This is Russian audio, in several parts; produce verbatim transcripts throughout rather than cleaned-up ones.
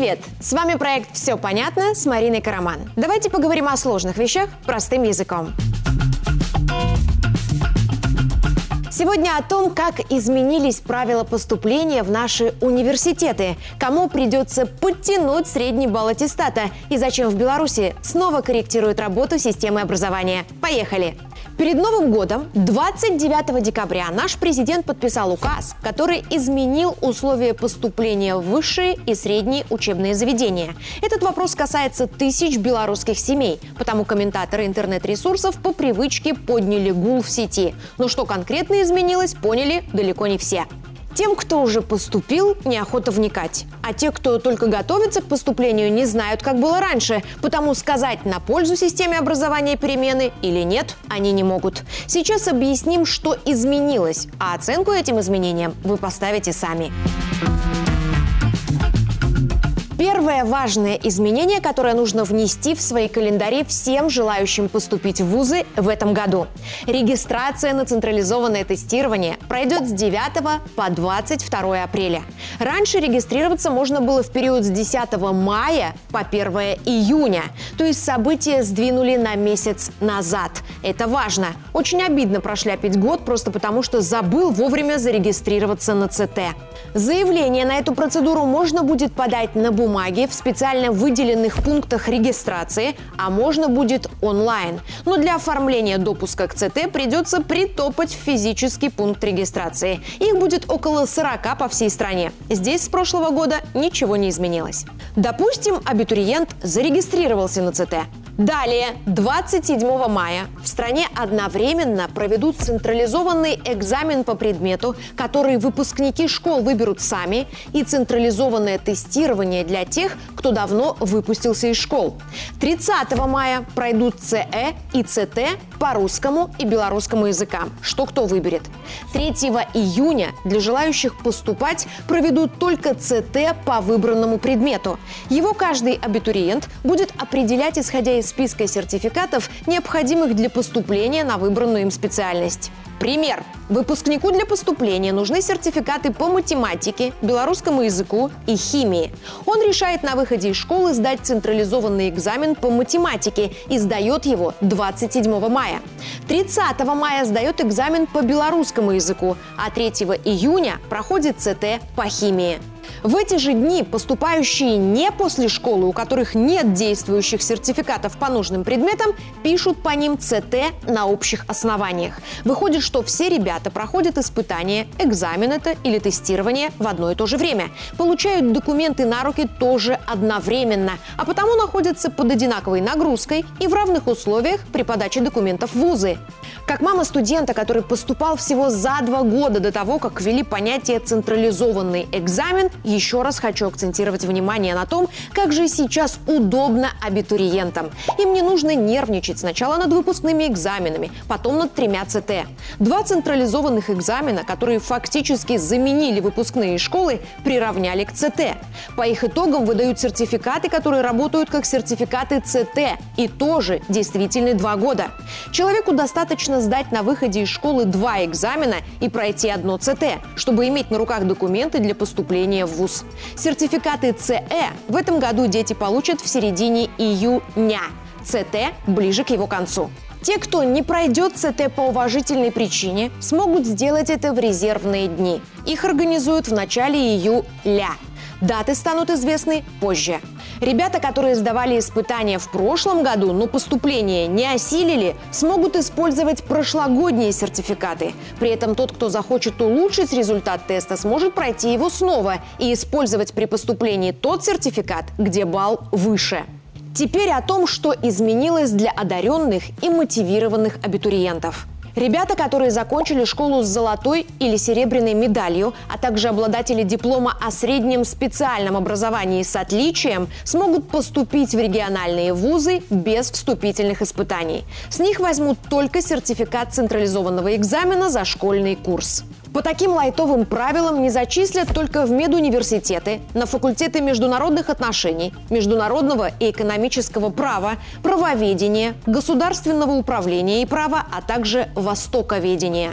Привет! С вами проект «Все понятно» с Мариной Караман. Давайте поговорим о сложных вещах простым языком. Сегодня о том, как изменились правила поступления в наши университеты, кому придется подтянуть средний балл аттестата и зачем в Беларуси снова корректируют работу системы образования. Поехали! Перед Новым годом, двадцать девятого декабря, наш президент подписал указ, который изменил условия поступления в высшие и средние учебные заведения. Этот вопрос касается тысяч белорусских семей, потому комментаторы интернет-ресурсов по привычке подняли гул в сети. Но что конкретно изменилось, поняли далеко не все. Тем, кто уже поступил, неохота вникать. А те, кто только готовится к поступлению, не знают, как было раньше. Потому сказать на пользу системе образования перемены или нет, они не могут. Сейчас объясним, что изменилось, а оценку этим изменениям вы поставите сами. Первое важное изменение, которое нужно внести в свои календари всем желающим поступить в вузы в этом году. Регистрация на централизованное тестирование пройдет с девятого по двадцать второе апреля. Раньше регистрироваться можно было в период с десятого мая по первое июня. То есть события сдвинули на месяц назад. Это важно. Очень обидно прошляпить год просто потому, что забыл вовремя зарегистрироваться на ЦТ. Заявление на эту процедуру можно будет подать на бумаге в специально выделенных пунктах регистрации, а можно будет онлайн. Но для оформления допуска к ЦТ придется притопать в физический пункт регистрации. Их будет около сорока по всей стране. Здесь с прошлого года ничего не изменилось. Допустим, абитуриент зарегистрировался на ЦТ. Далее, двадцать седьмого мая в стране одновременно проведут централизованный экзамен по предмету, который выпускники школ выберут сами, и централизованное тестирование для тех, кто давно выпустился из школ. тридцатого мая пройдут ЦЭ и ЦТ по русскому и белорусскому языкам, что кто выберет. третьего июня для желающих поступать проведут только ЦТ по выбранному предмету. Его каждый абитуриент будет определять, исходя из списка сертификатов, необходимых для поступления на выбранную им специальность. Пример. Выпускнику для поступления нужны сертификаты по математике, белорусскому языку и химии. Он решает на выходе из школы сдать централизованный экзамен по математике и сдает его двадцать седьмого мая. тридцатого мая сдает экзамен по белорусскому языку, а третьего июня проходит ЦТ по химии. В эти же дни поступающие не после школы, у которых нет действующих сертификатов по нужным предметам, пишут по ним ЦТ на общих основаниях. Выходит, что все ребята проходят испытания, экзамен это или тестирование в одно и то же время. Получают документы на руки тоже одновременно, а потому находятся под одинаковой нагрузкой и в равных условиях при подаче документов в вузы. Как мама студента, который поступал всего за два года до того, как ввели понятие «централизованный экзамен», еще раз хочу акцентировать внимание на том, как же сейчас удобно абитуриентам. Им не нужно нервничать сначала над выпускными экзаменами, потом над тремя ЦТ. Два централизованных экзамена, которые фактически заменили выпускные школы, приравняли к ЦТ. По их итогам выдают сертификаты, которые работают как сертификаты ЦТ, и тоже действительны два года. Человеку достаточно сдать на выходе из школы два экзамена и пройти одно ЦТ, чтобы иметь на руках документы для поступления в вуз. Сертификаты ЦЭ в этом году дети получат в середине июня, ЦТ ближе к его концу. Те, кто не пройдет ЦТ по уважительной причине, смогут сделать это в резервные дни. Их организуют в начале июля. Даты станут известны позже. Ребята, которые сдавали испытания в прошлом году, но поступление не осилили, смогут использовать прошлогодние сертификаты. При этом тот, кто захочет улучшить результат теста, сможет пройти его снова и использовать при поступлении тот сертификат, где балл выше. Теперь о том, что изменилось для одаренных и мотивированных абитуриентов. Ребята, которые закончили школу с золотой или серебряной медалью, а также обладатели диплома о среднем специальном образовании с отличием, смогут поступить в региональные вузы без вступительных испытаний. С них возьмут только сертификат централизованного экзамена за школьный курс. По таким лайтовым правилам не зачислят только в медуниверситеты, на факультеты международных отношений, международного и экономического права, правоведения, государственного управления и права, а также востоковедения.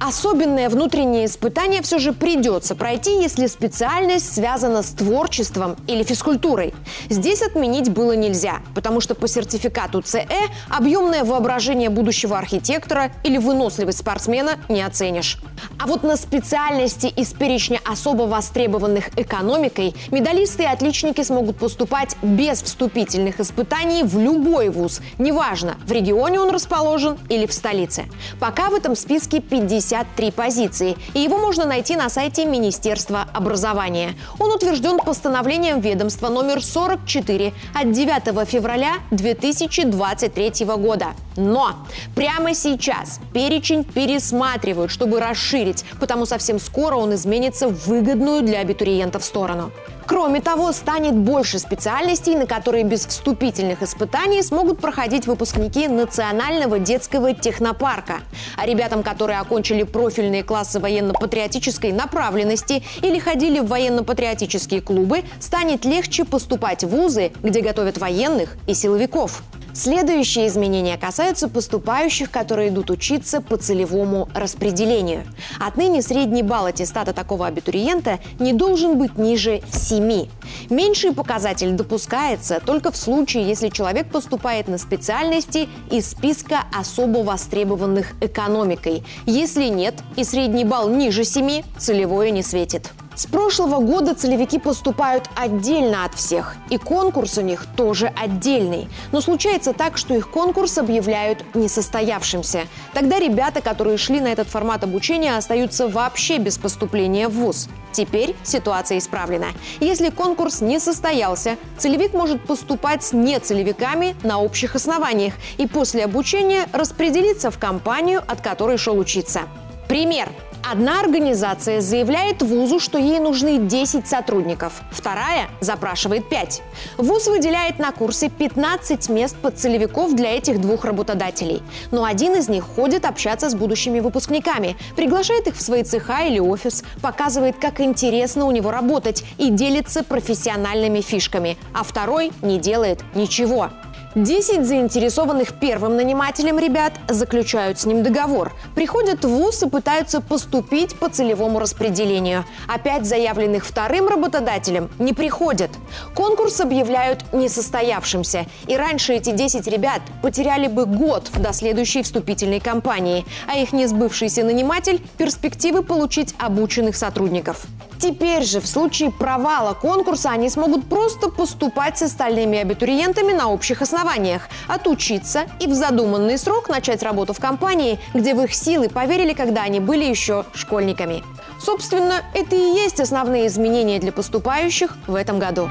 Особенное внутреннее испытание все же придется пройти, если специальность связана с творчеством или физкультурой. Здесь отменить было нельзя, потому что по сертификату ЦЭ объемное воображение будущего архитектора или выносливость спортсмена не оценишь. А вот на специальности из перечня особо востребованных экономикой медалисты и отличники смогут поступать без вступительных испытаний в любой вуз, неважно, в регионе он расположен или в столице. Пока в этом списке пятьдесят три позиции, и его можно найти на сайте Министерства образования. Он утвержден постановлением ведомства номер сорок четыре от девятого февраля две тысячи двадцать третьего года. Но прямо сейчас перечень пересматривают, чтобы расширить, потому совсем скоро он изменится в выгодную для абитуриентов сторону. Кроме того, станет больше специальностей, на которые без вступительных испытаний смогут проходить выпускники Национального детского технопарка. А ребятам, которые окончили профильные классы военно-патриотической направленности или ходили в военно-патриотические клубы, станет легче поступать в вузы, где готовят военных и силовиков. Следующие изменения касаются поступающих, которые идут учиться по целевому распределению. Отныне средний балл аттестата такого абитуриента не должен быть ниже семи. Меньший показатель допускается только в случае, если человек поступает на специальности из списка особо востребованных экономикой. Если нет и средний балл ниже семи, целевое не светит. С прошлого года целевики поступают отдельно от всех, и конкурс у них тоже отдельный. Но случается так, что их конкурс объявляют несостоявшимся. Тогда ребята, которые шли на этот формат обучения, остаются вообще без поступления в вуз. Теперь ситуация исправлена. Если конкурс не состоялся, целевик может поступать с нецелевиками на общих основаниях и после обучения распределиться в компанию, от которой шел учиться. Пример. Одна организация заявляет вузу, что ей нужны десять сотрудников, вторая запрашивает пять. Вуз выделяет на курсе пятнадцать мест под целевиков для этих двух работодателей. Но один из них ходит общаться с будущими выпускниками, приглашает их в свои цеха или офис, показывает, как интересно у него работать и делится профессиональными фишками, а второй не делает ничего. Десять заинтересованных первым нанимателем ребят заключают с ним договор, приходят в вуз и пытаются поступить по целевому распределению. А пять заявленных вторым работодателем не приходят. Конкурс объявляют несостоявшимся. И раньше эти десять ребят потеряли бы год до следующей вступительной кампании, а их несбывшийся наниматель – перспективы получить обученных сотрудников. Теперь же в случае провала конкурса они смогут просто поступать с остальными абитуриентами на общих основаниях, отучиться и в задуманный срок начать работу в компании, где в их силы поверили, когда они были еще школьниками. Собственно, это и есть основные изменения для поступающих в этом году.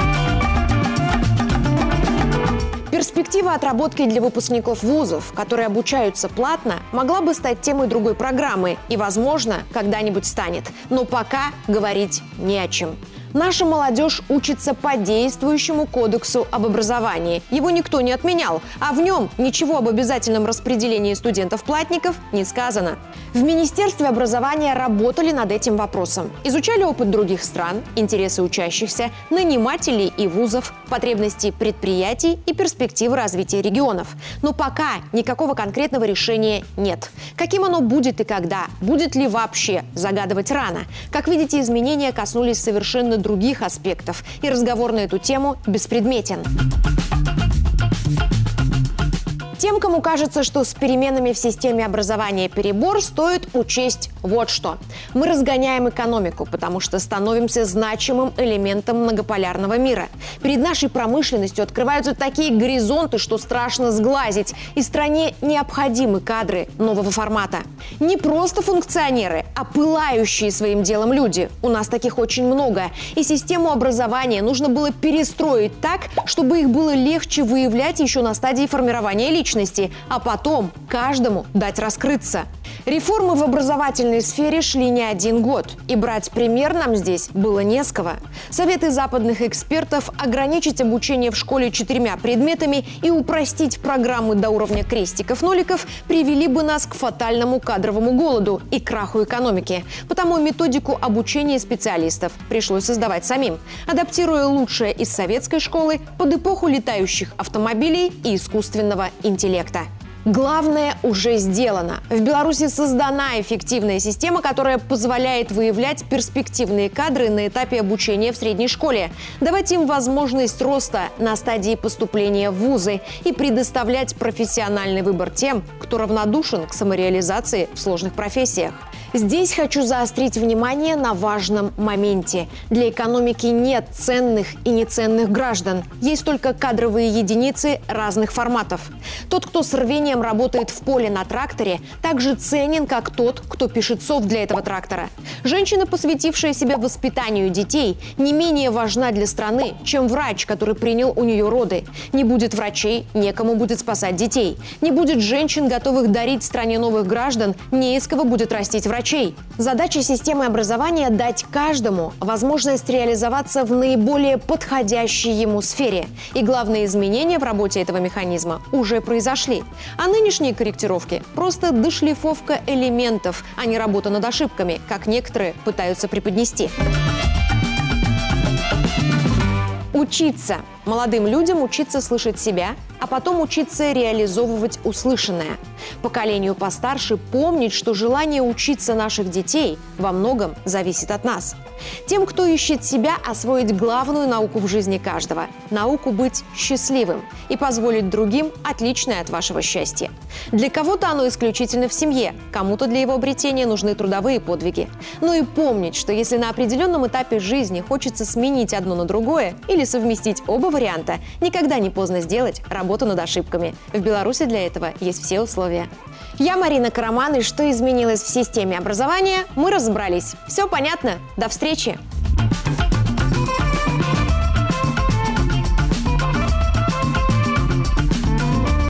Перспектива отработки для выпускников вузов, которые обучаются платно, могла бы стать темой другой программы и, возможно, когда-нибудь станет. Но пока говорить не о чем. Наша молодежь учится по действующему кодексу об образовании. Его никто не отменял, а в нем ничего об обязательном распределении студентов-платников не сказано. В Министерстве образования работали над этим вопросом. Изучали опыт других стран, интересы учащихся, нанимателей и вузов, потребности предприятий и перспективы развития регионов. Но пока никакого конкретного решения нет. Каким оно будет и когда? Будет ли вообще? Загадывать рано. Как видите, изменения коснулись совершенно других аспектов, и разговор на эту тему беспредметен. Тем, кому кажется, что с переменами в системе образования перебор, стоит учесть вот что. Мы разгоняем экономику, потому что становимся значимым элементом многополярного мира. Перед нашей промышленностью открываются такие горизонты, что страшно сглазить. И стране необходимы кадры нового формата. Не просто функционеры, а пылающие своим делом люди. У нас таких очень много. И систему образования нужно было перестроить так, чтобы их было легче выявлять еще на стадии формирования личности. А потом каждому дать раскрыться. Реформы в образовательной сфере шли не один год, и брать пример нам здесь было не с кого. Советы западных экспертов ограничить обучение в школе четырьмя предметами и упростить программы до уровня крестиков-ноликов привели бы нас к фатальному кадровому голоду и краху экономики. Потому методику обучения специалистов пришлось создавать самим, адаптируя лучшее из советской школы под эпоху летающих автомобилей и искусственного интеллекта. Главное уже сделано. В Беларуси создана эффективная система, которая позволяет выявлять перспективные кадры на этапе обучения в средней школе, давать им возможность роста на стадии поступления в вузы и предоставлять профессиональный выбор тем, кто равнодушен к самореализации в сложных профессиях. Здесь хочу заострить внимание на важном моменте. Для экономики нет ценных и неценных граждан. Есть только кадровые единицы разных форматов. Тот, кто с рвением работает в поле на тракторе, также ценен, как тот, кто пишет софт для этого трактора. Женщина, посвятившая себя воспитанию детей, не менее важна для страны, чем врач, который принял у нее роды. Не будет врачей, некому будет спасать детей. Не будет женщин, готовых дарить стране новых граждан, не из кого будет растить врачей. Задача системы образования – дать каждому возможность реализоваться в наиболее подходящей ему сфере. И главные изменения в работе этого механизма уже произошли. А нынешние корректировки – просто дошлифовка элементов, а не работа над ошибками, как некоторые пытаются преподнести. Учиться. Молодым людям учиться слышать себя, а потом учиться реализовывать услышанное. Поколению постарше помнить, что желание учиться наших детей во многом зависит от нас. Тем, кто ищет себя, освоить главную науку в жизни каждого – науку быть счастливым и позволить другим отличное от вашего счастья. Для кого-то оно исключительно в семье, кому-то для его обретения нужны трудовые подвиги. Но и помнить, что если на определенном этапе жизни хочется сменить одно на другое или совместить оба варианта, никогда не поздно сделать работу над ошибками. В Беларуси для этого есть все условия. Я Марина Караман, и что изменилось в системе образования, мы разобрались. Все понятно? До встречи!